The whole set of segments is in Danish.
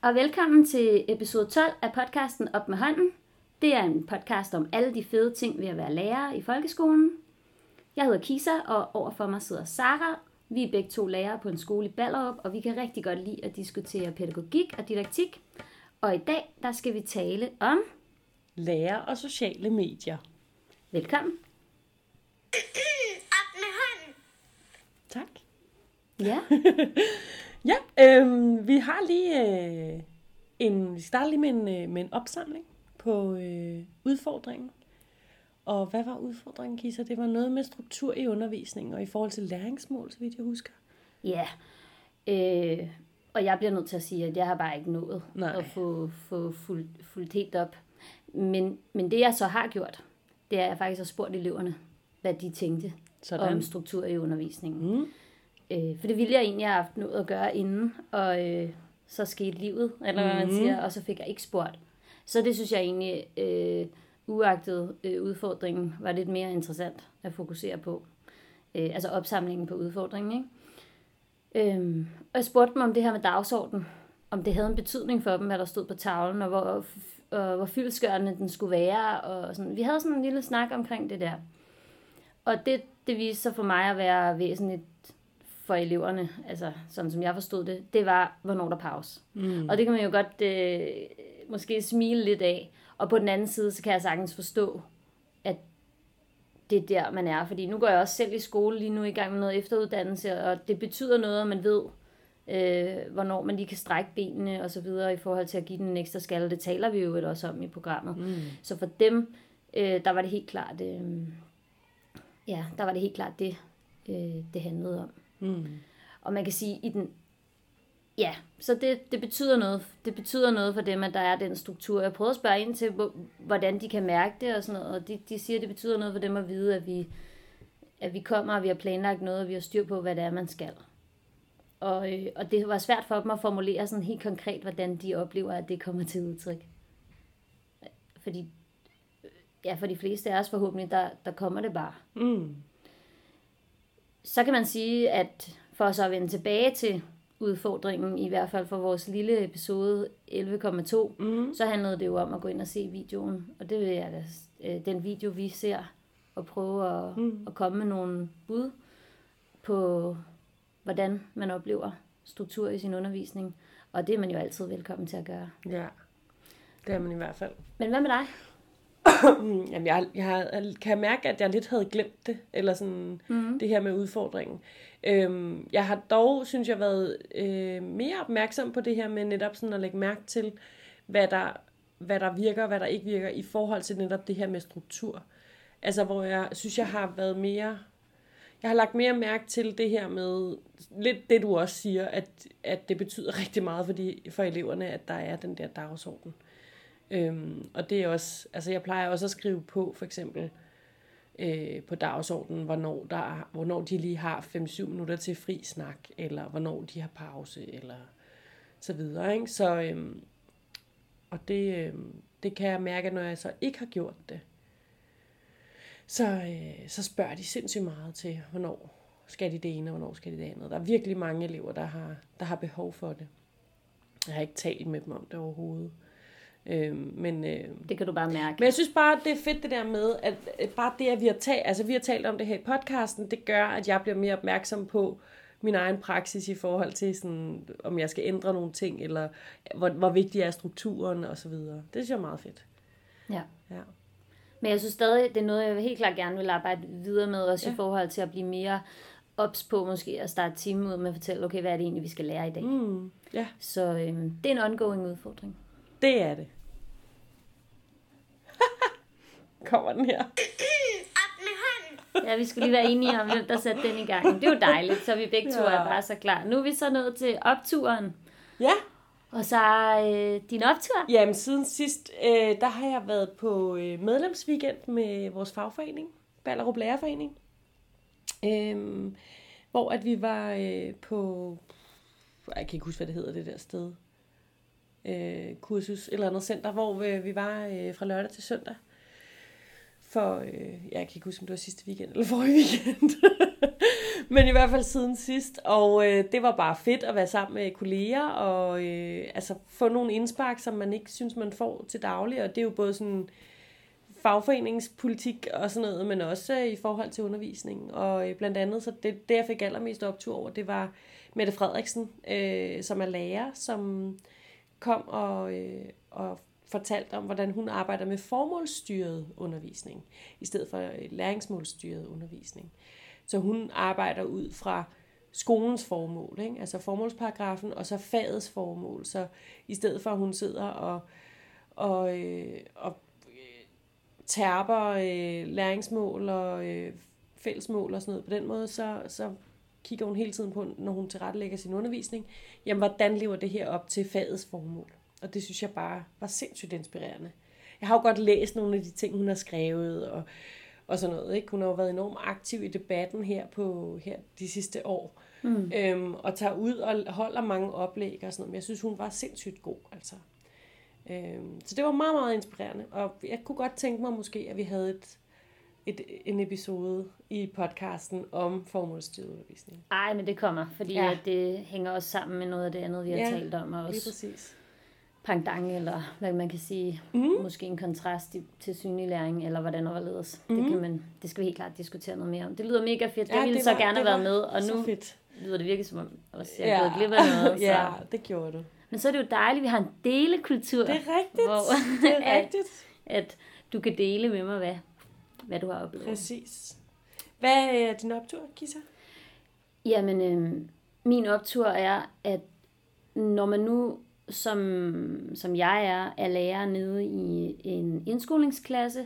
Og velkommen til episode 12 af podcasten Op med hånden. Det er en podcast om alle de fede ting ved at være lærer i folkeskolen. Jeg hedder Kisa, og overfor mig sidder Sara. Vi er begge to lærere på en skole i Ballerup, og vi kan rigtig godt lide at diskutere pædagogik og didaktik. Og i dag, der skal vi tale om lærer og sociale medier. Velkommen. Op med hånden. Tak. Ja. Vi har lige vi starter lige med en opsamling på udfordringen. Og hvad var udfordringen, Kisa? Det var noget med struktur i undervisningen og i forhold til læringsmål, så vidt jeg husker. Ja. Og jeg bliver nødt til at sige, at jeg har bare ikke nået at få fuldt helt op. Men det jeg så har gjort, det er, at jeg faktisk har spurgt eleverne, hvad de tænkte om struktur i undervisningen. Mm. For det ville jeg egentlig have haft noget at gøre inden, og så skete livet, eller hvad man siger, og så fik jeg ikke spurgt. Så det synes jeg egentlig, uagtet udfordringen, var lidt mere interessant at fokusere på. Altså opsamlingen på udfordringen, ikke? Og jeg spurgte dem om det her med dagsordenen, om det havde en betydning for dem, hvad der stod på tavlen, og hvor fyldestgørende den skulle være. Og sådan. Vi havde sådan en lille snak omkring det der. Og det viste sig for mig at være væsentligt for eleverne, altså sådan som jeg forstod det, det var, hvornår der pause. Mm. Og det kan man jo godt måske smile lidt af. Og på den anden side, så kan jeg sagtens forstå, at det er der, man er. Fordi nu går jeg også selv i skole lige nu i gang med noget efteruddannelse, og det betyder noget, at man ved, hvornår man lige kan strække benene og så videre i forhold til at give den en ekstra skalle. Det taler vi jo også om i programmet. Mm. Så for dem, der var det helt klart, det handlede om. Mm. Og man kan sige, så det betyder noget. Det betyder noget for dem, at der er den struktur. Jeg prøvede at spørge ind til, hvordan de kan mærke det og sådan noget, og de siger, at det betyder noget for dem at vide, at vi kommer, og vi har planlagt noget, og vi har styr på, hvad det er, man skal. Og det var svært for dem at formulere sådan helt konkret, hvordan de oplever, at det kommer til udtryk. Fordi, for de fleste af os forhåbentlig, der kommer det bare. Mm. Så kan man sige, at for så at vende tilbage til udfordringen, i hvert fald for vores lille episode 11,2, så handlede det jo om at gå ind og se videoen. Og det er den video, vi ser, og prøve at komme med nogle bud på, hvordan man oplever struktur i sin undervisning. Og det er man jo altid velkommen til at gøre. Ja, det er man i hvert fald. Men hvad med dig? Jamen, jeg kan mærke, at jeg lidt havde glemt det, eller sådan det her med udfordringen. Jeg har dog, synes jeg, været mere opmærksom på det her med netop sådan at lægge mærke til, hvad der virker og hvad der ikke virker i forhold til netop det her med struktur. Altså, hvor jeg synes, jeg har været mere... Jeg har lagt mere mærke til det her med, lidt det du også siger, at det betyder rigtig meget for eleverne, at der er den der dagsorden. Og det er også, altså jeg plejer også at skrive på, for eksempel på dagsordenen, hvornår de lige har 5-7 minutter til fri snak, eller hvornår de har pause, eller så videre, ikke? Så, og det kan jeg mærke, når jeg så ikke har gjort det, så spørger de sindssygt meget til, hvornår skal de det ene, og hvornår skal de det andet. Der er virkelig mange elever, der har behov for det. Jeg har ikke talt med dem om det overhovedet. Det kan du bare mærke. Men jeg synes bare, det er fedt det der med, at bare det, at vi har talt om det her i podcasten, det gør, at jeg bliver mere opmærksom på min egen praksis i forhold til, sådan, om jeg skal ændre nogle ting, eller hvor vigtig er strukturen, og så videre. Det synes jeg er meget fedt. Ja. Men jeg synes stadig, det er noget, jeg helt klart gerne vil arbejde videre med, også i forhold til at blive mere ops på, måske at starte timen ud med at fortælle, okay, hvad er det egentlig, vi skal lære i dag. Ja. Så det er en ongoing udfordring. Det er det. Kommer den her. Op med hånden. Ja, vi skulle lige være enige om, hvem der satte den i gang. Det er jo dejligt, så vi begge to er bare så klar. Nu er vi så nået til opturen. Ja. Og så din optur? Jamen, siden sidst, der har jeg været på medlemsweekend med vores fagforening, Ballerup Lærerforening. Hvor at vi var på, jeg kan ikke huske, hvad det hedder, det der sted. Kursus, eller andet center, hvor vi var fra lørdag til søndag. jeg kan ikke huske, om det var sidste weekend eller forrige weekend. Men i hvert fald siden sidst. Og det var bare fedt at være sammen med kolleger og altså få nogle indspark, som man ikke synes, man får til daglig. Og det er jo både sådan fagforeningspolitik og sådan noget, men også i forhold til undervisning. Og blandt andet, så det jeg fik allermest optur over, det var Mette Frederiksen, som er lærer, som kom og fortalte om, hvordan hun arbejder med formålsstyret undervisning, i stedet for læringsmålsstyret undervisning. Så hun arbejder ud fra skolens formål, ikke? Altså formålsparagrafen, og så fagets formål. Så i stedet for, at hun sidder og terper læringsmål og fællesmål og sådan noget på den måde, så kigger hun hele tiden på, når hun tilrettelægger sin undervisning, jamen hvordan lever det her op til fagets formål? Og det synes jeg bare var sindssygt inspirerende. Jeg har jo godt læst nogle af de ting, hun har skrevet og sådan noget, ikke? Hun har jo været enormt aktiv i debatten her de sidste år. Og tager ud og holder mange oplæg og sådan noget. Men jeg synes, hun var sindssygt god, altså. Så det var meget, meget inspirerende. Og jeg kunne godt tænke mig måske, at vi havde en episode i podcasten om formålsstyret undervisning. Ej, men det kommer, fordi at det hænger også sammen med noget af det andet, vi har talt om. Og også lige præcis. Pangdang, eller hvad man kan sige, måske en kontrast til synlig læring, eller hvordan overledes. Det skal vi helt klart diskutere noget mere om. Det lyder mega fedt. Jeg ville så gerne have været med, og nu lyder det virkelig som om, jeg er gået glip af noget. Så. Ja, det gjorde du. Men så er det jo dejligt, at vi har en delekultur. Det er rigtigt. Det er rigtigt. At du kan dele med mig, hvad du har oplevet. Præcis. Hvad er din optur, Kisa? Jamen, min optur er, at når man nu, som jeg er lærer nede i en indskolingsklasse,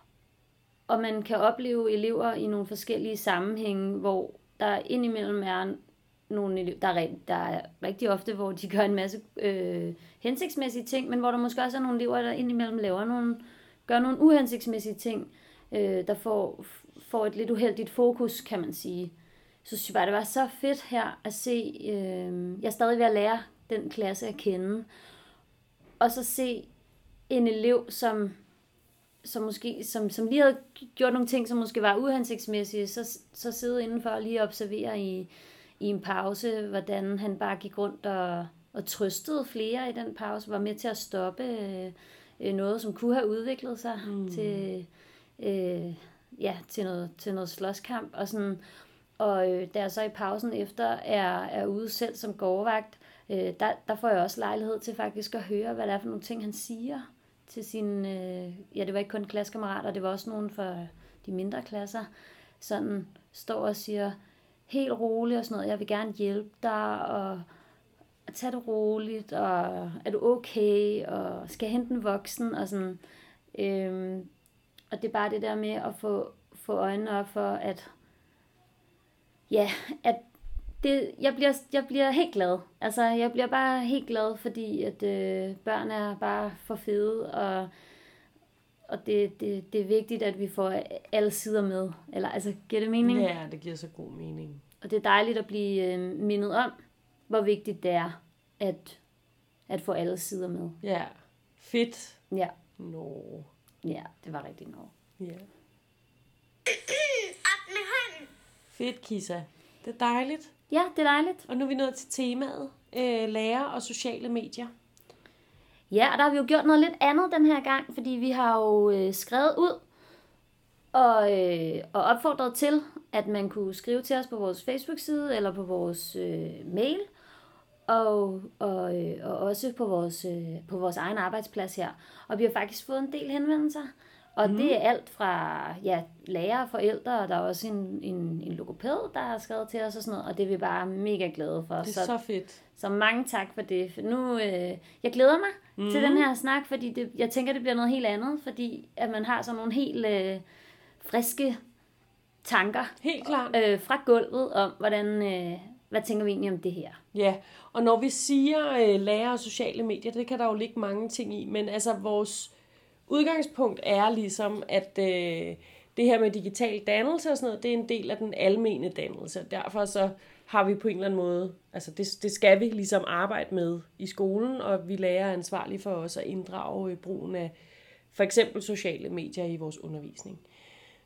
og man kan opleve elever i nogle forskellige sammenhænge, hvor der indimellem er nogle elever, der er rigtig ofte, hvor de gør en masse hensigtsmæssige ting, men hvor der måske også er nogle elever, der indimellem gør nogle uhensigtsmæssige ting, der får et lidt uheldigt fokus, kan man sige. Så synes jeg bare, det var så fedt her at se, jeg er stadig ved at lære den klasse at kende, og så se en elev, som lige havde gjort nogle ting, som måske var uhensigtsmæssige, så sidde indenfor og lige observere i en pause, hvordan han bare gik rundt og trøstede flere i den pause, var med til at stoppe noget, som kunne have udviklet sig til noget slåskamp. Og, sådan, og da jeg så i pausen efter er ude selv som gårdvagt, der får jeg også lejlighed til faktisk at høre, hvad det er for nogle ting, han siger til sine, det var ikke kun klassekammerater, det var også nogen fra de mindre klasser, sådan står og siger, helt roligt og sådan noget, jeg vil gerne hjælpe dig, og tage det roligt, og er du okay, og skal jeg hente en voksen, og sådan. Og det er bare det der med at få øjnene op for, at jeg bliver helt glad. Altså, jeg bliver bare helt glad, fordi at børn er bare for fede, og det er vigtigt, at vi får alle sider med. Eller, altså, giver det mening? Ja, det giver så god mening. Og det er dejligt at blive mindet om, hvor vigtigt det er, at få alle sider med. Ja, fedt. Ja. Ja, det var rigtig nå. Ja. Op med hånden. Fedt, Kisa. Det er dejligt. Ja, det er dejligt. Og nu er vi nået til temaet, lærer og sociale medier. Ja, og der har vi jo gjort noget lidt andet den her gang, fordi vi har jo skrevet ud og opfordret til, at man kunne skrive til os på vores Facebook-side eller på vores mail, og også på vores egen arbejdsplads her. Og vi har faktisk fået en del henvendelser, og det er alt fra lærere og forældre, og der er også en logopæd, der har skrevet til os og sådan noget, og det er vi bare mega glade for. Det er så fedt. Så mange tak for det. For nu, jeg glæder mig til den her snak, fordi jeg tænker, det bliver noget helt andet, fordi at man har sådan nogle helt friske tanker. Helt klart. Fra gulvet om, hvad tænker vi egentlig om det her? Ja, og når vi siger lærer og sociale medier, det kan der jo ligge mange ting i, men altså vores udgangspunkt er ligesom, at det her med digital dannelse og sådan noget, det er en del af den almene dannelse. Derfor så har vi på en eller anden måde, altså det skal vi ligesom arbejde med i skolen, og vi lærer ansvarlige for os at inddrage brugen af for eksempel sociale medier i vores undervisning.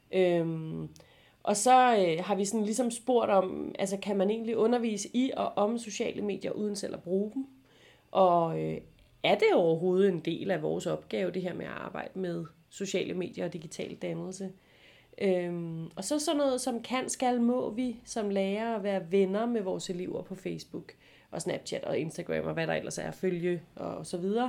Og så har vi sådan ligesom spurgt om, altså kan man egentlig undervise i og om sociale medier uden selv at bruge dem? Og er det overhovedet en del af vores opgave, det her med at arbejde med sociale medier og digital dannelse? Og så sådan noget som må vi som lærere være venner med vores elever på Facebook og Snapchat og Instagram og hvad der ellers er, følge og så videre.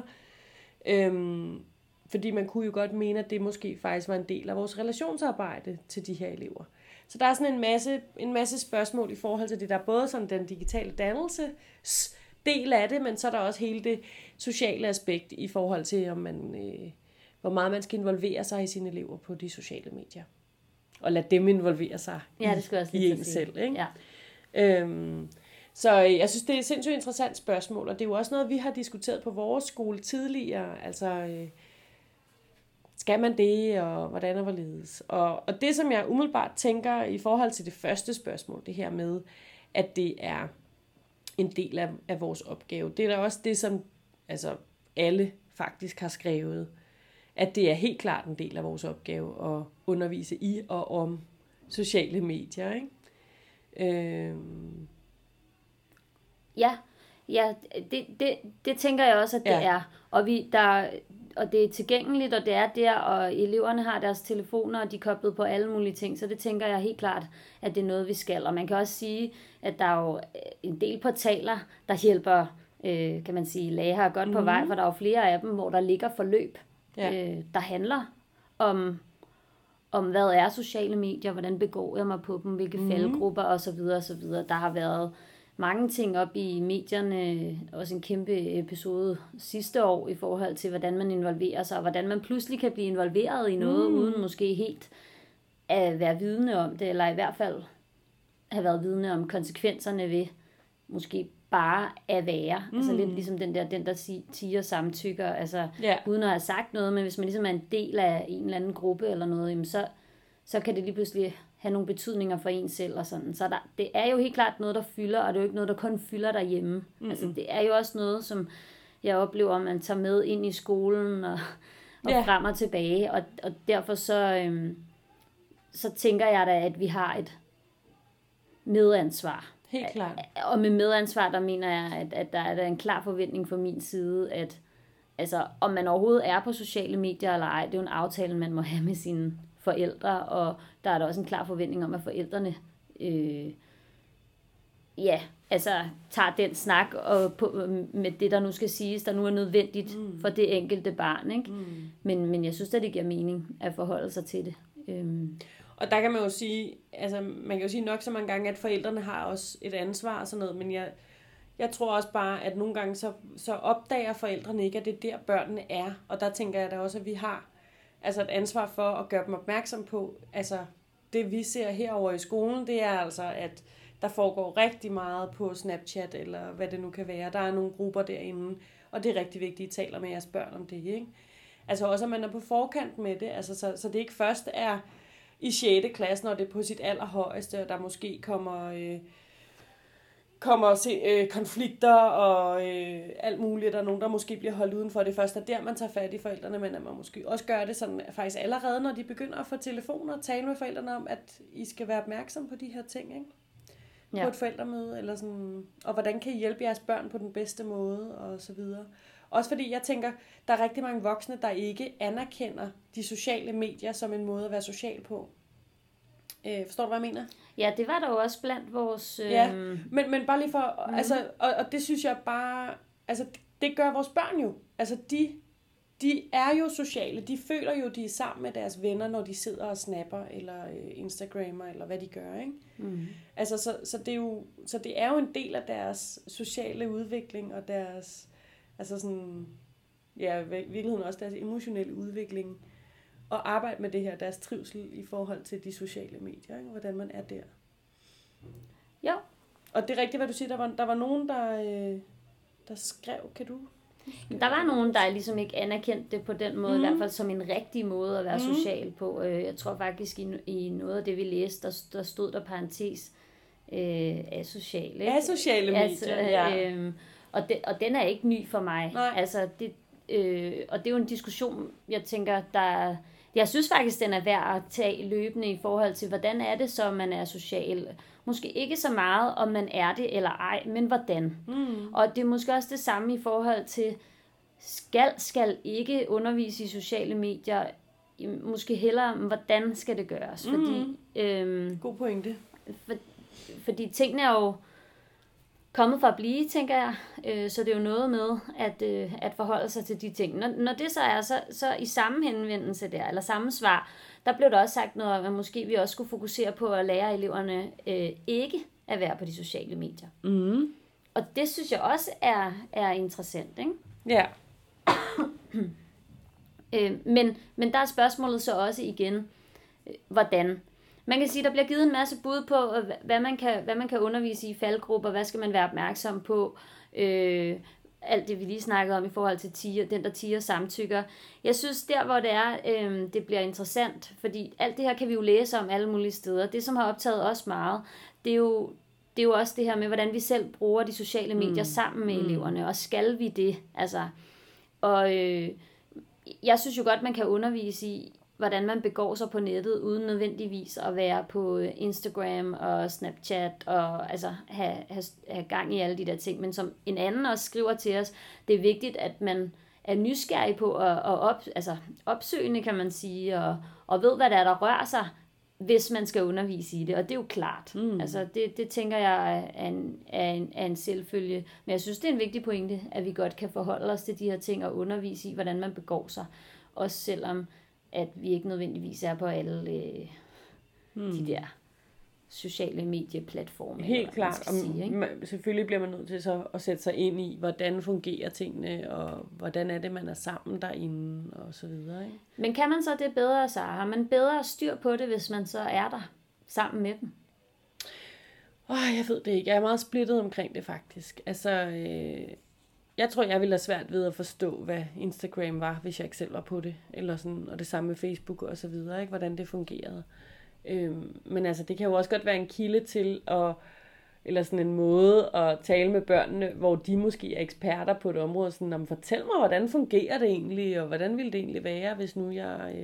Fordi man kunne jo godt mene, at det måske faktisk var en del af vores relationsarbejde til de her elever. Så der er sådan en masse spørgsmål i forhold til det. Der er både sådan den digitale dannelse del af det, men så er der også hele det sociale aspekt i forhold til, om hvor meget man skal involvere sig i sine elever på de sociale medier. Og lade dem involvere sig i en selv. Ikke? Ja. Så jeg synes, det er et sindssygt interessant spørgsmål, og det er jo også noget, vi har diskuteret på vores skole tidligere. Altså, skal man det, og hvordan og hvorledes? Og det, som jeg umiddelbart tænker i forhold til det første spørgsmål, det her med, at det er en del af vores opgave. Det er da også det, som alle faktisk har skrevet, at det er helt klart en del af vores opgave at undervise i og om sociale medier, ikke? Ja, det tænker jeg også, at det er. Og det er tilgængeligt, og det er der, og eleverne har deres telefoner, og de er koblet på alle mulige ting, så det tænker jeg helt klart, at det er noget, vi skal. Og man kan også sige, at der er jo en del portaler, der hjælper, kan man sige, lærere godt på vej, for der er jo flere af dem, hvor der ligger forløb, der handler om hvad er sociale medier, hvordan begår jeg mig på dem, hvilke faldgrupper osv. osv. Der har været mange ting op i medierne, også en kæmpe episode sidste år i forhold til, hvordan man involverer sig, og hvordan man pludselig kan blive involveret i noget, uden måske helt at være vidne om det, eller i hvert fald have været vidne om konsekvenserne ved måske bare at være. Altså lidt ligesom den der tiger samtykker, altså uden at have sagt noget, men hvis man ligesom er en del af en eller anden gruppe eller noget, jamen så kan det lige pludselig have nogle betydninger for en selv og sådan. Så det er jo helt klart noget, der fylder, og det er jo ikke noget, der kun fylder derhjemme. Altså det er jo også noget, som jeg oplever, man tager med ind i skolen og frem og tilbage, og derfor så tænker jeg da, at vi har et medansvar. Helt klart. Og med medansvar, der mener jeg, at der er en klar forventning fra min side, at altså, om man overhovedet er på sociale medier eller ej, det er jo en aftale, man må have med sine forældre, og der er der også en klar forventning om, at forældrene tager den snak med det, der nu skal siges, der nu er nødvendigt for det enkelte barn. Ikke? Men jeg synes, at det giver mening at forholde sig til det. Og der kan man jo sige, altså man kan jo sige nok så mange gange, at forældrene har også et ansvar og sådan noget, men jeg tror også bare, at nogle gange så opdager forældrene ikke, at det er der børnene er, og der tænker jeg da også, at vi har altså et ansvar for at gøre dem opmærksom på, altså det vi ser herover i skolen, det er altså, at der foregår rigtig meget på Snapchat, eller hvad det nu kan være. Der er nogle grupper derinde, og det er rigtig vigtigt, at I taler med jeres børn om det, ikke? Altså også, at man er på forkant med det, altså så det ikke først er i 6. klasse, når det er på sit allerhøjeste, og der måske kommer konflikter og alt muligt. Der er nogen, der måske bliver holdt udenfor. Det først er der, man tager fat i forældrene, men at man måske også gør det sådan, faktisk allerede, når de begynder at få telefoner og tale med forældrene om, at I skal være opmærksom på de her ting, ikke? Ja. På et forældremøde, eller sådan, og hvordan kan I hjælpe jeres børn på den bedste måde, og så videre. Også fordi jeg tænker, der er rigtig mange voksne, der ikke anerkender de sociale medier som en måde at være social på. Forstår du, hvad jeg mener? Ja, det var der jo også blandt vores... Ja, men bare lige for... Altså, og det synes jeg bare... Altså, det gør vores børn jo. Altså, de er jo sociale. De føler jo, de er sammen med deres venner, når de sidder og snapper, eller Instagrammer, eller hvad de gør, ikke? Altså, så det er jo en del af deres sociale udvikling, og deres... Altså sådan... Ja, i virkeligheden også deres emotionelle udvikling, og arbejde med det her, deres trivsel i forhold til de sociale medier, ikke? Hvordan man er der. Ja. Og det er rigtigt, hvad du siger, der var nogen, der skrev, kan du? Der var nogen, der ligesom ikke anerkendte det på den måde, i hvert fald som en rigtig måde at være social på. Jeg tror faktisk, i noget af det, vi læste, der stod der parentes asociale. Ikke? Asociale medier, ja. Og den er ikke ny for mig. Nej. Altså, og det er jo en diskussion, jeg tænker, det Jeg synes faktisk, den er værd at tage løbende i forhold til, hvordan er det så, man er social. Måske ikke så meget, om man er det eller ej, men hvordan. Og det er måske også det samme i forhold til, skal ikke undervise i sociale medier, måske hellere, hvordan skal det gøres. Fordi, God pointe. Fordi tingene er jo kommet for at blive, tænker jeg. Så det er jo noget med at forholde sig til de ting. Når det så er, så i samme henvendelse der, eller samme svar, der blev der også sagt noget om, at måske vi også skulle fokusere på at lære eleverne ikke at være på de sociale medier. Og det synes jeg også er interessant, ikke? Ja. Men der er spørgsmålet så også igen, hvordan? Man kan sige, der bliver givet en masse bud på, hvad man kan undervise i faldgrupper, hvad skal man være opmærksom på, alt det vi lige snakkede om i forhold til den der tier samtykker. Jeg synes der, hvor det er, det bliver interessant, fordi alt det her kan vi jo læse om alle mulige steder. Det, som har optaget os meget, det er jo også det her med, hvordan vi selv bruger de sociale medier sammen med eleverne, og skal vi det? Altså, og jeg synes jo godt, man kan undervise i, hvordan man begår sig på nettet, uden nødvendigvis at være på Instagram og Snapchat, og altså have gang i alle de der ting. Men som en anden også skriver til os, det er vigtigt, at man er nysgerrig på altså opsøgende, kan man sige, og ved, hvad der rører sig, hvis man skal undervise i det. Og det er jo klart. Altså, det tænker jeg er en selvfølge. Men jeg synes, det er en vigtig pointe, at vi godt kan forholde os til de her ting og undervise i, hvordan man begår sig. Også selvom at vi ikke nødvendigvis er på alle de der sociale medieplatforme. Helt klart. Selvfølgelig bliver man nødt til så at sætte sig ind i, hvordan fungerer tingene, og hvordan er det, man er sammen derinde, og så videre. Ikke? Men kan man så det bedre, så har man bedre styr på det, hvis man så er der sammen med dem? Jeg ved det ikke. Jeg er meget splittet omkring det faktisk. Altså, jeg tror, jeg ville have svært ved at forstå, hvad Instagram var, hvis jeg ikke selv var på det. Eller sådan, og det samme med Facebook og så videre, ikke? Hvordan det fungerede. Men altså, det kan jo også godt være en kilde til, eller sådan en måde at tale med børnene, hvor de måske er eksperter på et område. Sådan, fortæl mig, hvordan fungerer det egentlig, og hvordan ville det egentlig være, hvis nu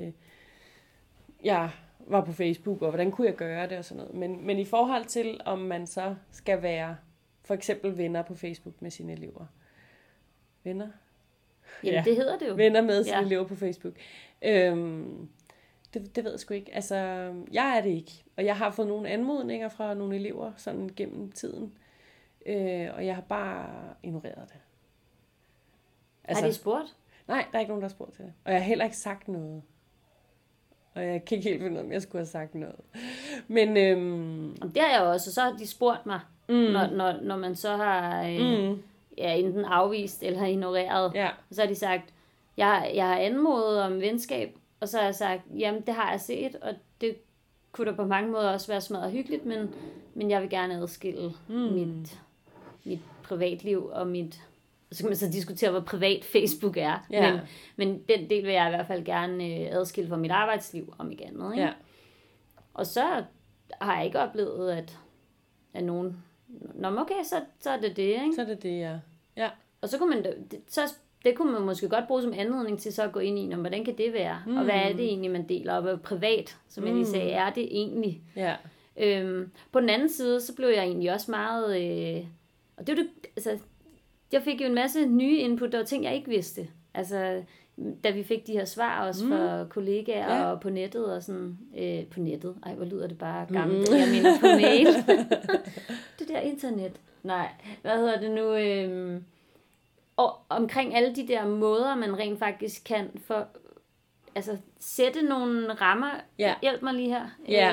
jeg var på Facebook, og hvordan kunne jeg gøre det og sådan noget. Men i forhold til, om man så skal være for eksempel venner på Facebook med sine elever. Venner? Jamen, det hedder det jo. Venner med sine elever på Facebook. Det ved jeg sgu ikke. Altså, jeg er det ikke. Og jeg har fået nogle anmodninger fra nogle elever sådan gennem tiden. Og jeg har bare ignoreret det. Altså, har de spurgt? Nej, der er ikke nogen, der har spurgt til det. Og jeg har heller ikke sagt noget. Og jeg kan ikke helt finde ud af, om jeg skulle have sagt noget. Men det har jeg også. Og så har de spurgt mig, når man så har enten afvist eller har ignoreret. Ja. Og så har de sagt, jeg har anmodet om venskab. Og så har jeg sagt, jamen det har jeg set, og det kunne da på mange måder også være smadret hyggeligt, men jeg vil gerne adskille mit privatliv og så kan man så diskutere, hvor privat Facebook er. Ja. Men den del vil jeg i hvert fald gerne adskille fra mit arbejdsliv, om ikke andet. Ikke? Ja. Og så har jeg ikke oplevet, at nogen... okay, så er det det, ikke? Så er det det, ja. Og så kunne man... Det kunne man måske godt bruge som anledning til så at gå ind i, hvordan kan det være? Og hvad er det egentlig, man deler? Og hvad privat, som jeg lige sagde, er det egentlig? Ja. På den anden side, så blev jeg egentlig også meget... og det var det... Altså, jeg fik jo en masse nye input, der var ting, jeg ikke vidste. Altså, da vi fik de her svar også fra kollegaer og på nettet og sådan... på nettet? Ej, hvor lyder det bare gammelt. Jeg mener på mail. Det der internet. Nej, hvad hedder det nu... Og omkring alle de der måder, man rent faktisk kan sætte nogle rammer. Hjælp mig lige her.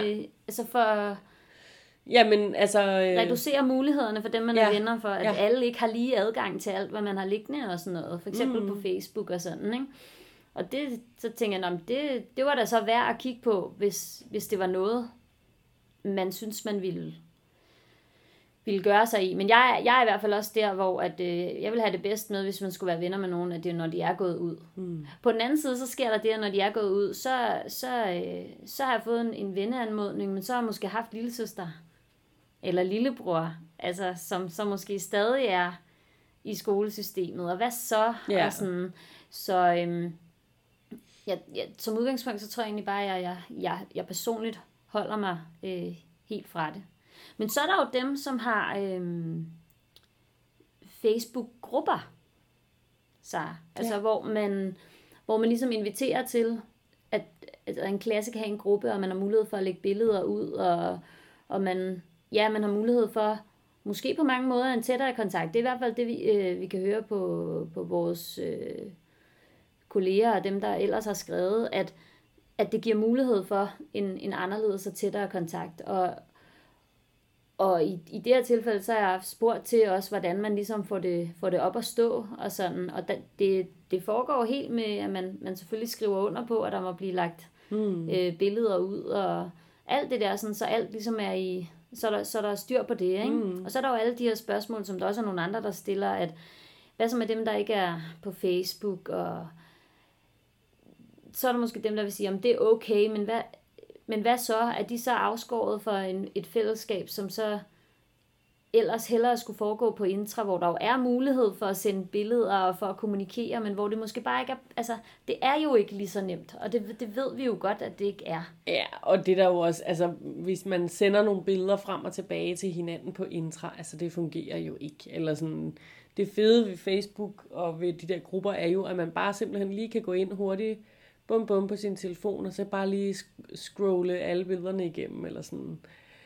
Reducere mulighederne for dem, man er venner for. At alle ikke har lige adgang til alt, hvad man har liggende og sådan noget. For eksempel på Facebook og sådan, ikke? Og det, så tænker jeg, det var da så værd at kigge på, hvis det var noget, man synes, man ville gøre sig i. Men jeg er i hvert fald også der, hvor at, jeg vil have det bedst med, hvis man skulle være venner med nogen, at det er, når de er gået ud. På den anden side, så sker der det, at når de er gået ud, så har jeg fået en venneanmodning, men så har jeg måske haft lillesøster eller lillebror, altså, som så måske stadig er i skolesystemet. Og hvad så? Og sådan, så som udgangspunkt, så tror jeg egentlig bare, at jeg personligt holder mig helt fra det. Men så er der jo dem, som har Facebook-grupper, altså hvor man ligesom inviterer til, at en klasse kan have en gruppe, og man har mulighed for at lægge billeder ud, og man har mulighed for, måske på mange måder, en tættere kontakt. Det er i hvert fald det, vi kan høre på vores kolleger og dem, der ellers har skrevet, at det giver mulighed for en anderledes og tættere kontakt. Og i det her tilfælde, så har jeg spurgt til også, hvordan man ligesom får det op at stå, og sådan. Og det foregår helt med, at man selvfølgelig skriver under på, at der må blive lagt billeder ud, og alt det der, sådan, så alt ligesom er i, så der er styr på det, ikke? Og så er der jo alle de her spørgsmål, som der også er nogle andre, der stiller, at hvad så med dem, der ikke er på Facebook, og så er der måske dem, der vil sige, om det er okay, men hvad så? Er de så afskåret for et fællesskab, som så ellers hellere skulle foregå på Intra, hvor der jo er mulighed for at sende billeder og for at kommunikere, men hvor det måske bare ikke er, altså det er jo ikke lige så nemt, og det ved vi jo godt, at det ikke er. Ja, og det der jo også, altså hvis man sender nogle billeder frem og tilbage til hinanden på Intra, altså det fungerer jo ikke, eller sådan, det fede ved Facebook og ved de der grupper er jo, at man bare simpelthen lige kan gå ind hurtigt, bum på sin telefon, og så bare lige scrolle alle billederne igennem, eller sådan.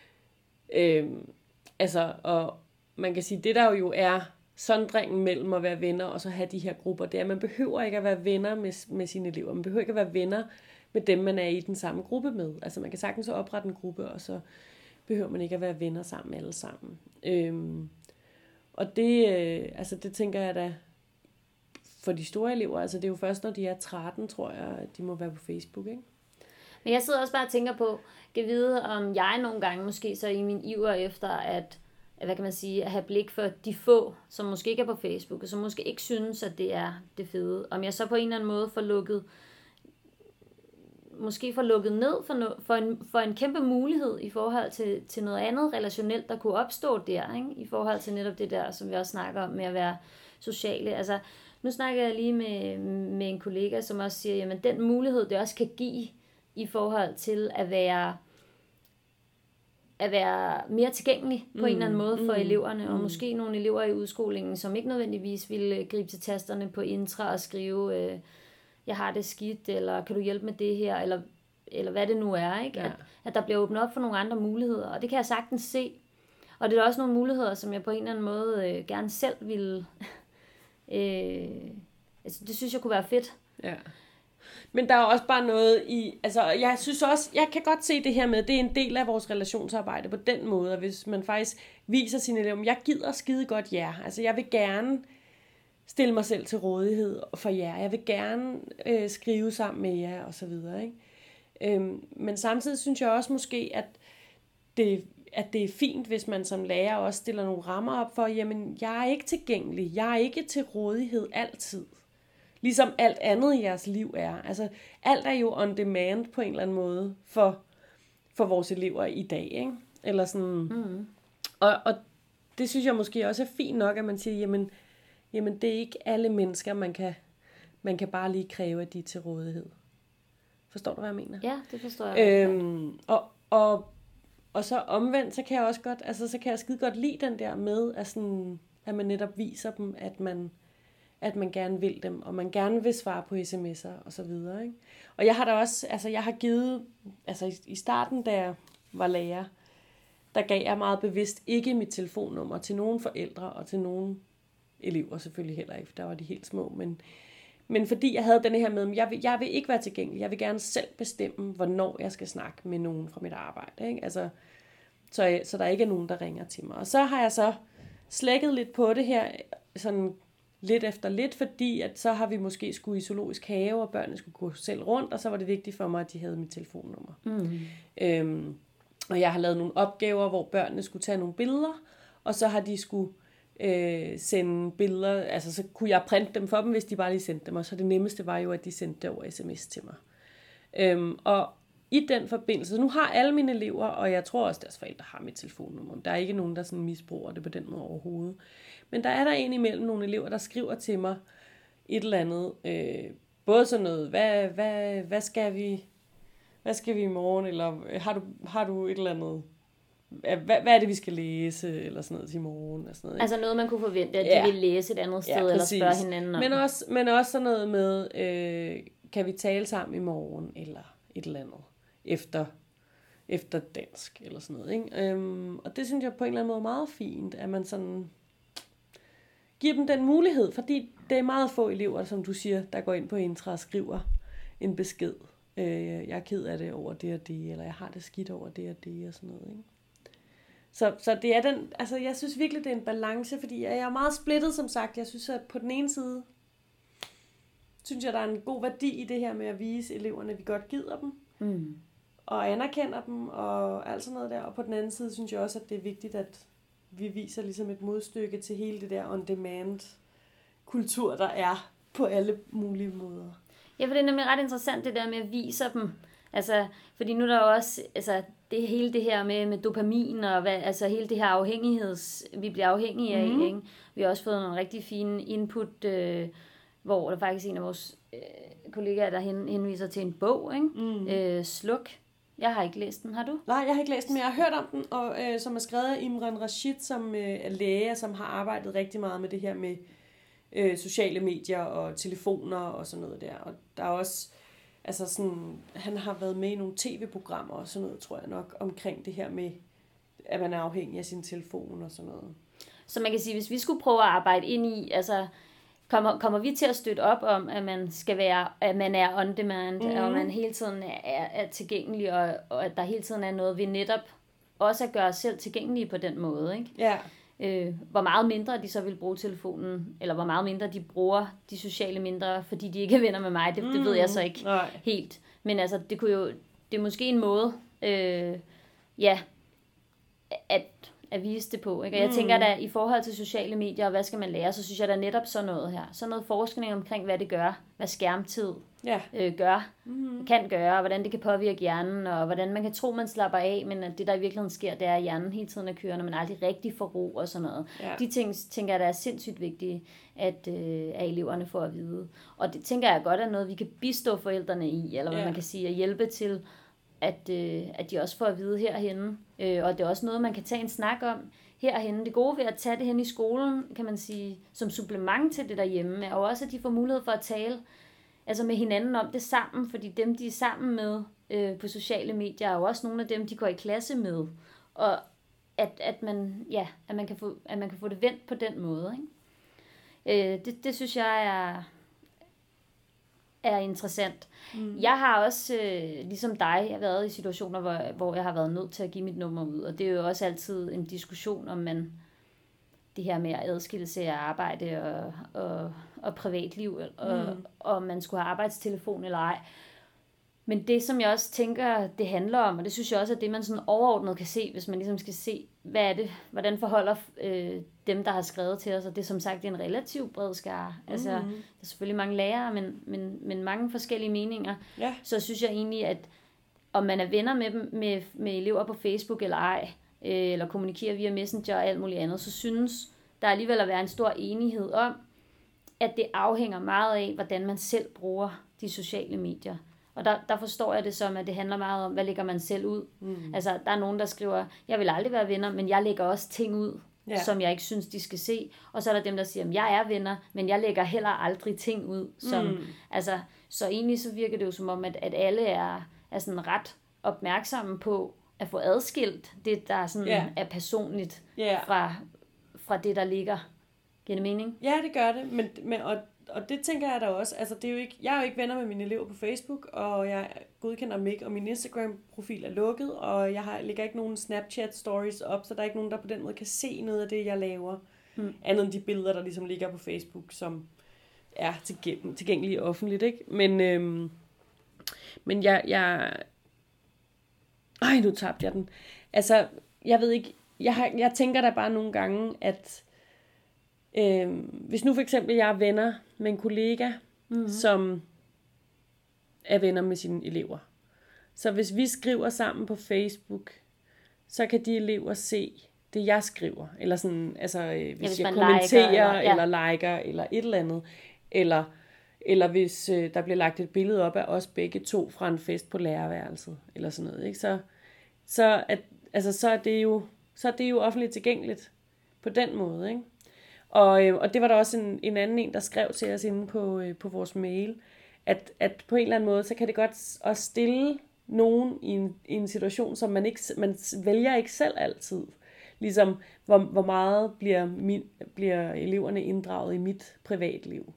Altså, og man kan sige, det der jo er sondringen mellem at være venner og så have de her grupper, det er, at man behøver ikke at være venner med sine elever. Man behøver ikke at være venner med dem, man er i den samme gruppe med. Altså, man kan sagtens oprette en gruppe, og så behøver man ikke at være venner sammen alle sammen. Og det tænker jeg da, for de store elever, altså det er jo først, når de er 13, tror jeg, at de må være på Facebook, ikke? Men jeg sidder også bare og tænker på, kan vide, om jeg nogle gange måske så i min iver efter at hvad kan man sige, at have blik for de få, som måske ikke er på Facebook, og som måske ikke synes, at det er det fede. Om jeg så på en eller anden måde får lukket ned for en kæmpe mulighed i forhold til noget andet relationelt, der kunne opstå der, ikke? I forhold til netop det der, som vi også snakker om med at være sociale. Altså, nu snakker jeg lige med en kollega, som også siger, jamen den mulighed, det også kan give i forhold til at være mere tilgængelig på en eller anden måde for eleverne, og måske nogle elever i udskolingen, som ikke nødvendigvis ville gribe til tasterne på Intra og skrive, jeg har det skidt, eller kan du hjælpe med det her, eller hvad det nu er, ikke? Ja. At der bliver åbnet op for nogle andre muligheder, og det kan jeg sagtens se. Og det er også nogle muligheder, som jeg på en eller anden måde gerne selv ville altså, det synes jeg kunne være fedt. Ja. Men der er også bare noget i, altså jeg synes også, jeg kan godt se det her med, det er en del af vores relationsarbejde på den måde, hvis man faktisk viser sine elever, jeg gider skide godt jer, altså jeg vil gerne stille mig selv til rådighed for jer, jeg vil gerne skrive sammen med jer og så videre, ikke? Men samtidig synes jeg også måske, at det er fint, hvis man som lærer også stiller nogle rammer op for, jamen jeg er ikke tilgængelig, jeg er ikke til rådighed altid. Ligesom alt andet i jeres liv er. Altså, alt er jo on demand på en eller anden måde for vores elever i dag, ikke? Eller sådan. Og det synes jeg måske også er fint nok, at man siger, jamen det er ikke alle mennesker, man kan bare lige kræve, at de er til rådighed. Forstår du, hvad jeg mener? Ja, det forstår jeg. Og så omvendt, så kan jeg også godt, altså så kan jeg skide godt lide den der med, at man netop viser dem, at man gerne vil dem, og man gerne vil svare på sms'er og så videre, ikke? Og jeg har da også, altså jeg har givet, altså i starten, da jeg var lærer, der gav jeg meget bevidst ikke mit telefonnummer til nogen forældre, og til nogen elever selvfølgelig heller ikke, for der var de helt små, men fordi jeg havde den her med, jeg vil ikke være tilgængelig, jeg vil gerne selv bestemme, hvornår jeg skal snakke med nogen fra mit arbejde, ikke? Altså, så der ikke er nogen, der ringer til mig. Og så har jeg så slækket lidt på det her, sådan lidt efter lidt, fordi at så har vi måske skulle i zoologisk have, og børnene skulle gå selv rundt, og så var det vigtigt for mig, at de havde mit telefonnummer. Og jeg har lavet nogle opgaver, hvor børnene skulle tage nogle billeder, og så har de skulle sende billeder, altså så kunne jeg printe dem for dem, hvis de bare lige sendte dem, og så det nemmeste var jo, at de sendte det over sms til mig. Og i den forbindelse, så nu har alle mine elever, og jeg tror også, deres forældre har mit telefonnummer. Der er ikke nogen, der sådan misbruger det på den måde overhovedet. Men der er der en imellem nogle elever, der skriver til mig et eller andet både sådan noget, hvad skal vi i morgen, eller har du et eller andet, hvad er det, vi skal læse, eller sådan noget til i morgen, og sådan noget. Ikke? Altså noget, man kunne forvente, at de ville læse et andet sted, eller spørge hinanden om. Men også sådan noget med, kan vi tale sammen i morgen, eller et eller andet, efter dansk, eller sådan noget. Ikke? Og det synes jeg på en eller anden måde er meget fint, at man sådan giver dem den mulighed, fordi det er meget få elever, som du siger, der går ind på Intra og skriver en besked. Jeg er ked af det over det og det, eller jeg har det skidt over det og det, og sådan noget. Ikke? Så det er den, altså jeg synes virkelig, det er en balance, fordi jeg er meget splittet, som sagt. Jeg synes, at på den ene side, synes jeg, der er en god værdi i det her med at vise eleverne, at vi godt gider dem, og anerkender dem, og alt sådan noget der. Og på den anden side, synes jeg også, at det er vigtigt, at vi viser ligesom et modstykke til hele det der on-demand-kultur, der er på alle mulige måder. Ja, for det er nemlig ret interessant, det der med at vise dem. Altså, fordi nu er der jo også, altså, det hele det her med dopamin, og altså hele det her vi bliver afhængige af, ikke? Vi har også fået nogle rigtig fine input, hvor der faktisk en af vores kollegaer, der henviser til en bog, ikke? Sluk. Jeg har ikke læst den. Har du? Nej, jeg har ikke læst den, men jeg har hørt om den, og som er skrevet af Imran Rashid, som er læge, som har arbejdet rigtig meget med det her med sociale medier og telefoner og sådan noget der. Og der er også, altså sådan, han har været med i nogle tv-programmer og sådan noget, tror jeg nok, omkring det her med, at man er afhængig af sin telefon og sådan noget. Så man kan sige, hvis vi skulle prøve at arbejde ind i, altså kommer vi til at støtte op om, at man er on demand, og man hele tiden er tilgængelig, og at der hele tiden er noget, vi netop også at gøre os selv tilgængelige på den måde, ikke? Ja. Hvor meget mindre de så vil bruge telefonen, eller hvor meget mindre de bruger de sociale mindre, fordi de ikke er venner med mig, det ved jeg så ikke helt. Men altså, det er måske en måde, at vise det på. Ikke? Og jeg tænker da, i forhold til sociale medier, og hvad skal man lære, så synes jeg da netop sådan noget her. Sådan noget forskning omkring, hvad det gør, hvad skærmtid kan gøre, og hvordan det kan påvirke hjernen, og hvordan man kan tro, man slapper af, men at det, der i virkeligheden sker, det er, at hjernen hele tiden er kørende, men aldrig rigtig får ro og sådan noget. Ja. De ting, tænker jeg, der er sindssygt vigtige, at eleverne får at vide. Og det tænker jeg godt er noget, vi kan bistå forældrene i, eller hvad man kan sige, at hjælpe til, at de også får at vide herhenne. Og det er også noget, man kan tage en snak om herhenne. Det gode ved at tage det hen i skolen, kan man sige, som supplement til det derhjemme, er jo også, at de får mulighed for at tale altså med hinanden om det sammen, fordi dem, de er sammen med på sociale medier, er jo også nogle af dem, de går i klasse med. Og at man kan få det vendt på den måde. Ikke? Det synes jeg er interessant. Jeg har også, ligesom dig, jeg har været i situationer, hvor jeg har været nødt til at give mit nummer ud, og det er jo også altid en diskussion, om man det her med at adskille sig af arbejde og privatliv, og man skulle have arbejdstelefon eller ej. Men det, som jeg også tænker, det handler om, og det synes jeg også er det, man sådan overordnet kan se, hvis man ligesom skal se, hvad er det, hvordan forholder dem, der har skrevet til os, og det er som sagt det er en relativt bred skare. Altså, der er selvfølgelig mange lærere, men mange forskellige meninger. Ja. Så synes jeg egentlig, at om man er venner med dem, med elever på Facebook eller ej, eller kommunikerer via Messenger og alt muligt andet, så synes der alligevel at være en stor enighed om, at det afhænger meget af, hvordan man selv bruger de sociale medier. Og der forstår jeg det som, at det handler meget om, hvad lægger man selv ud. Altså, der er nogen, der skriver, jeg vil aldrig være venner, men jeg lægger også ting ud, som jeg ikke synes, de skal se. Og så er der dem, der siger, jeg er venner, men jeg lægger heller aldrig ting ud. Altså, så egentlig så virker det jo som om, at alle er sådan ret opmærksomme på at få adskilt det, der sådan er personligt fra det, der ligger. Giver det mening? Ja, det gør det. Men og det tænker jeg da også. Altså, det er jo ikke, jeg er jo ikke venner med mine elever på Facebook, og jeg godkender dem ikke, og min Instagram-profil er lukket, og jeg lægger ikke nogen Snapchat-stories op, så der er ikke nogen, der på den måde kan se noget af det, jeg laver. Andet end de billeder, der ligesom ligger på Facebook, som er tilgængelige offentligt, ikke? Men jeg nu tabte jeg den. Altså, jeg ved ikke, jeg tænker da bare nogle gange, at hvis nu for eksempel jeg er venner med en kollega, som er venner med sine elever, så hvis vi skriver sammen på Facebook, så kan de elever se det, jeg skriver, eller sådan, altså hvis jeg kommenterer, eller liker, eller et eller andet, eller Eller hvis der bliver lagt et billede op af os begge to fra en fest på lærerværelset, eller sådan noget, ikke? Så er det jo offentligt tilgængeligt på den måde, ikke? Og det var der også en anden, der skrev til os inde på vores mail, at på en eller anden måde, så kan det godt også stille nogen i en situation, som man vælger ikke selv altid. Ligesom, hvor meget bliver eleverne inddraget i mit privatliv.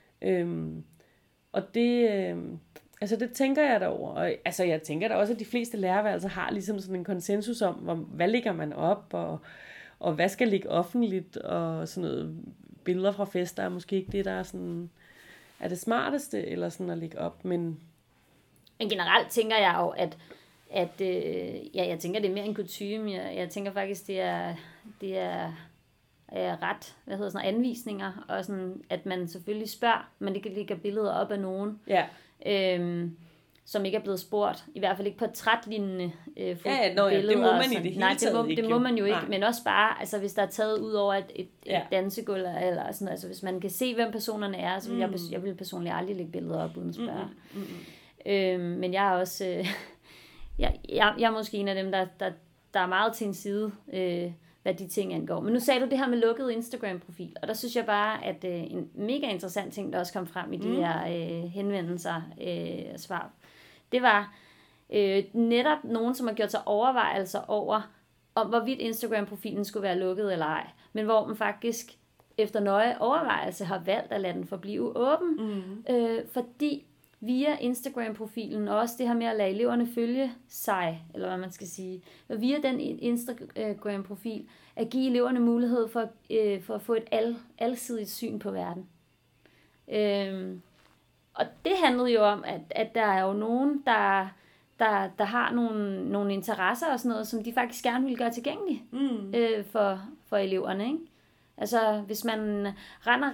Og det tænker jeg derover. Og jeg tænker da også, at de fleste lærerværelser har ligesom sådan en konsensus om, hvad lægger man op, og hvad skal ligge offentligt, og sådan noget. Billeder fra fester er måske ikke det, der er sådan, er det smarteste, eller sådan at lægge op, men generelt tænker jeg jo, jeg tænker, det er mere en kutyme. Jeg tænker faktisk, det er ret, anvisninger, og sådan, at man selvfølgelig spørger, man ikke lægger billeder op af nogen, som ikke er blevet spurgt, i hvert fald ikke på et trætlignende billede. Det må man i det hele taget ikke. Det må man jo ikke, men også bare, altså hvis der er taget ud over et dansegulv, eller sådan, altså hvis man kan se, hvem personerne er, så vil jeg vil personligt aldrig lægge billeder op uden at spørge. Men jeg er også, jeg er måske en af dem, der er meget til en side, hvad de ting angår. Men nu sagde du det her med lukket Instagram-profil, og der synes jeg bare, at en mega interessant ting, der også kom frem i de her henvendelser og svar, det var netop nogen, som har gjort sig overvejelser over, om hvorvidt Instagram-profilen skulle være lukket eller ej, men hvor man faktisk efter nøje overvejelse har valgt at lade den forblive åben, fordi via Instagram-profilen, og også det her med at lade eleverne følge sig, eller hvad man skal sige, og via den Instagram-profil, at give eleverne mulighed for at få et alsidigt syn på verden. Og det handlede jo om, at der er jo nogen, der har nogle interesser og sådan noget, som de faktisk gerne vil gøre tilgængelige for eleverne, ikke? Altså, hvis man render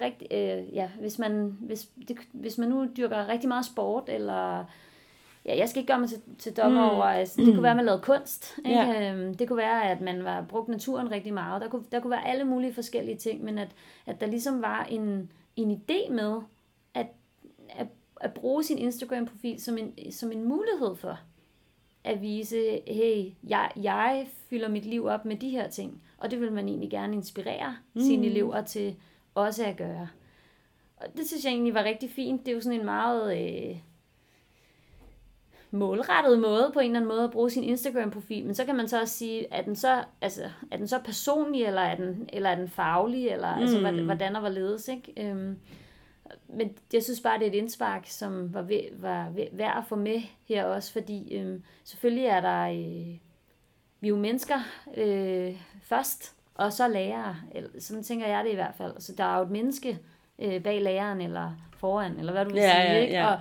hvis man nu dyrker rigtig meget sport, eller jeg skal ikke gøre mig til dommer over, altså, det kunne være, at man lavede kunst, ikke? Yeah. Det kunne være, at man var brugt naturen rigtig meget. Der kunne være alle mulige forskellige ting, men at der ligesom var en idé med at bruge sin Instagram-profil som en mulighed for at vise, hey, jeg fylder mit liv op med de her ting. Og det vil man egentlig gerne inspirere sine elever til også at gøre. Og det synes jeg egentlig var rigtig fint. Det er jo sådan en meget målrettet måde på en eller anden måde at bruge sin Instagram-profil. Men så kan man så også sige, er den så personlig, eller er den faglig, eller altså, hvordan og hvorledes, ikke? Men jeg synes bare, det er et indspark, som var værd at få med her også, fordi selvfølgelig er der vi er jo mennesker først, og så lærere. Sådan tænker jeg det i hvert fald. Så der er jo et menneske bag læreren, eller foran, eller hvad du vil sige, ikke? Ja.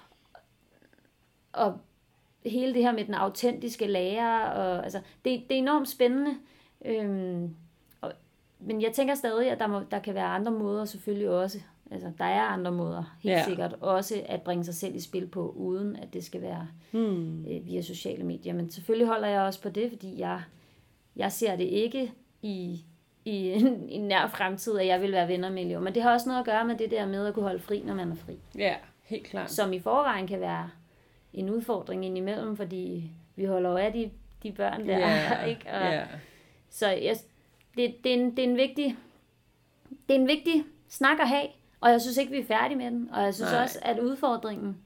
Og hele det her med den autentiske lærer, og, altså, det er enormt spændende. Men jeg tænker stadig, at der kan være andre måder selvfølgelig også. Altså, der er andre måder, helt sikkert, også at bringe sig selv i spil på, uden at det skal være via sociale medier. Men selvfølgelig holder jeg også på det, fordi jeg ser det ikke i en nær fremtid, at jeg vil være venner med elever. Men det har også noget at gøre med det der med at kunne holde fri, når man er fri. Ja, helt klart. Som i forvejen kan være en udfordring indimellem, fordi vi holder jo af de børn der, ikke? Og, så det er en vigtig snak at have, og jeg synes ikke, vi er færdige med den. Og jeg synes også, at udfordringen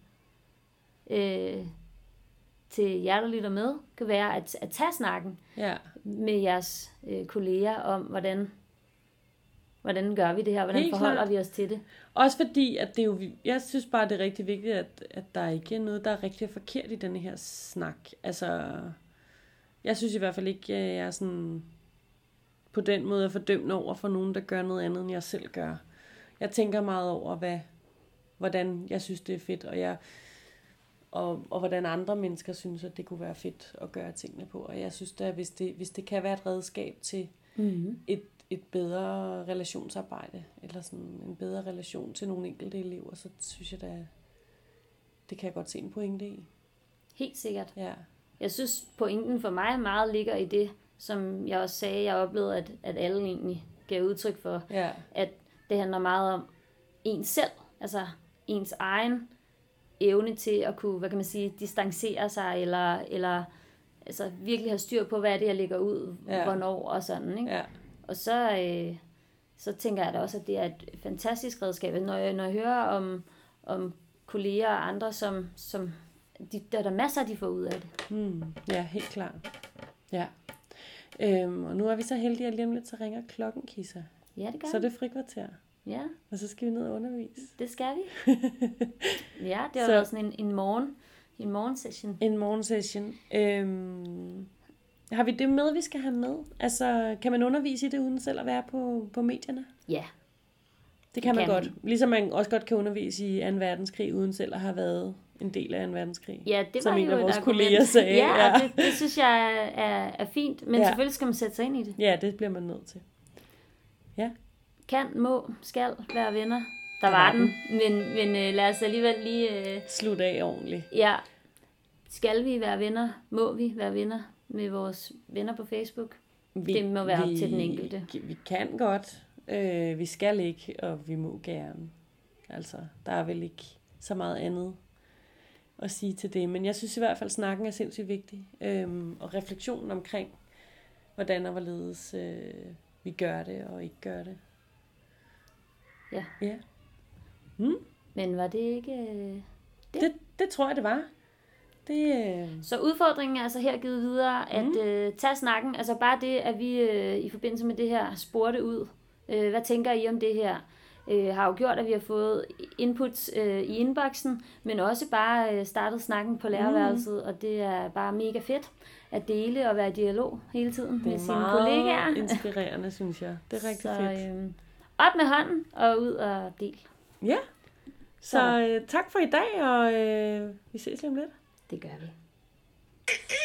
til jer, der lytter med, kan være at tage snakken med jeres kolleger om, hvordan gør vi det her, hvordan helt forholder vi os til det. Også fordi, at det jo, jeg synes bare, det er rigtig vigtigt, at der ikke er noget, der er rigtig forkert i denne her snak. Altså, jeg synes i hvert fald ikke, at jeg er sådan på den måde er fordømmende over for nogen, der gør noget andet, end jeg selv gør. Jeg tænker meget over, hvordan jeg synes, det er fedt, og hvordan andre mennesker synes, at det kunne være fedt at gøre tingene på. Og jeg synes da, hvis det kan være et redskab til et bedre relationsarbejde, eller sådan en bedre relation til nogle enkelte elever, så synes jeg da, det kan jeg godt se en pointe i. Helt sikkert. Ja. Jeg synes, pointen for mig meget ligger i det, som jeg også sagde, jeg oplevede, at alle egentlig gav udtryk for, at det handler meget om en selv. Altså, ens egen evne til at kunne, hvad kan man sige, distancere sig, eller altså virkelig have styr på, hvad er det, jeg lægger ud, hvornår og sådan, ikke? Ja. Og så tænker jeg da også, at det er et fantastisk redskab. Når jeg hører om kolleger og andre, som der er der masser, de får ud af det. Ja, helt klart. Ja. Og nu er vi så heldige, at lige om lidt, så ringer klokken, Kisa. Ja, det gør Så er det frikvarter. Ja. Og så skal vi ned og undervise. Det skal vi. Ja, det har været sådan en morgensession. En morgensession. Har vi det med, vi skal have med? Altså, kan man undervise i det, uden selv at være på medierne? Ja. Det kan man godt. Ligesom man også godt kan undervise i 2. verdenskrig, uden selv at have været en del af 2. verdenskrig. Ja, det var som en af vores argument. kolleger sagde. Ja, og det synes jeg er fint. Men selvfølgelig skal man sætte sig ind i det. Ja, det bliver man nødt til. Ja. Kan, må, skal være venner. Der var den. Men lad os alligevel lige... Slutte af ordentligt. Ja. Skal vi være venner? Må vi være venner med vores venner på Facebook? Det må være op til den enkelte. Vi kan godt. Vi skal ikke, og vi må gerne. Altså, der er vel ikke så meget andet at sige til det. Men jeg synes i hvert fald, at snakken er sindssygt vigtig. Og refleksionen omkring, hvordan og hvorledes vi gør det og ikke gør det. Ja. Ja. Men var det ikke... Det tror jeg, det var. Så udfordringen er altså her givet videre, at tage snakken. Altså bare det, at vi i forbindelse med det her spurgte ud. Hvad tænker I om det her? Har jo gjort, at vi har fået inputs i inboxen, men også bare startet snakken på lærerværelset, og det er bare mega fedt at dele og være i dialog hele tiden med sine kollegaer. Det er meget inspirerende, synes jeg. Det er rigtig fedt. Op med hånden og ud og del. Ja, så tak for i dag, og vi ses lige om lidt. Det gør vi.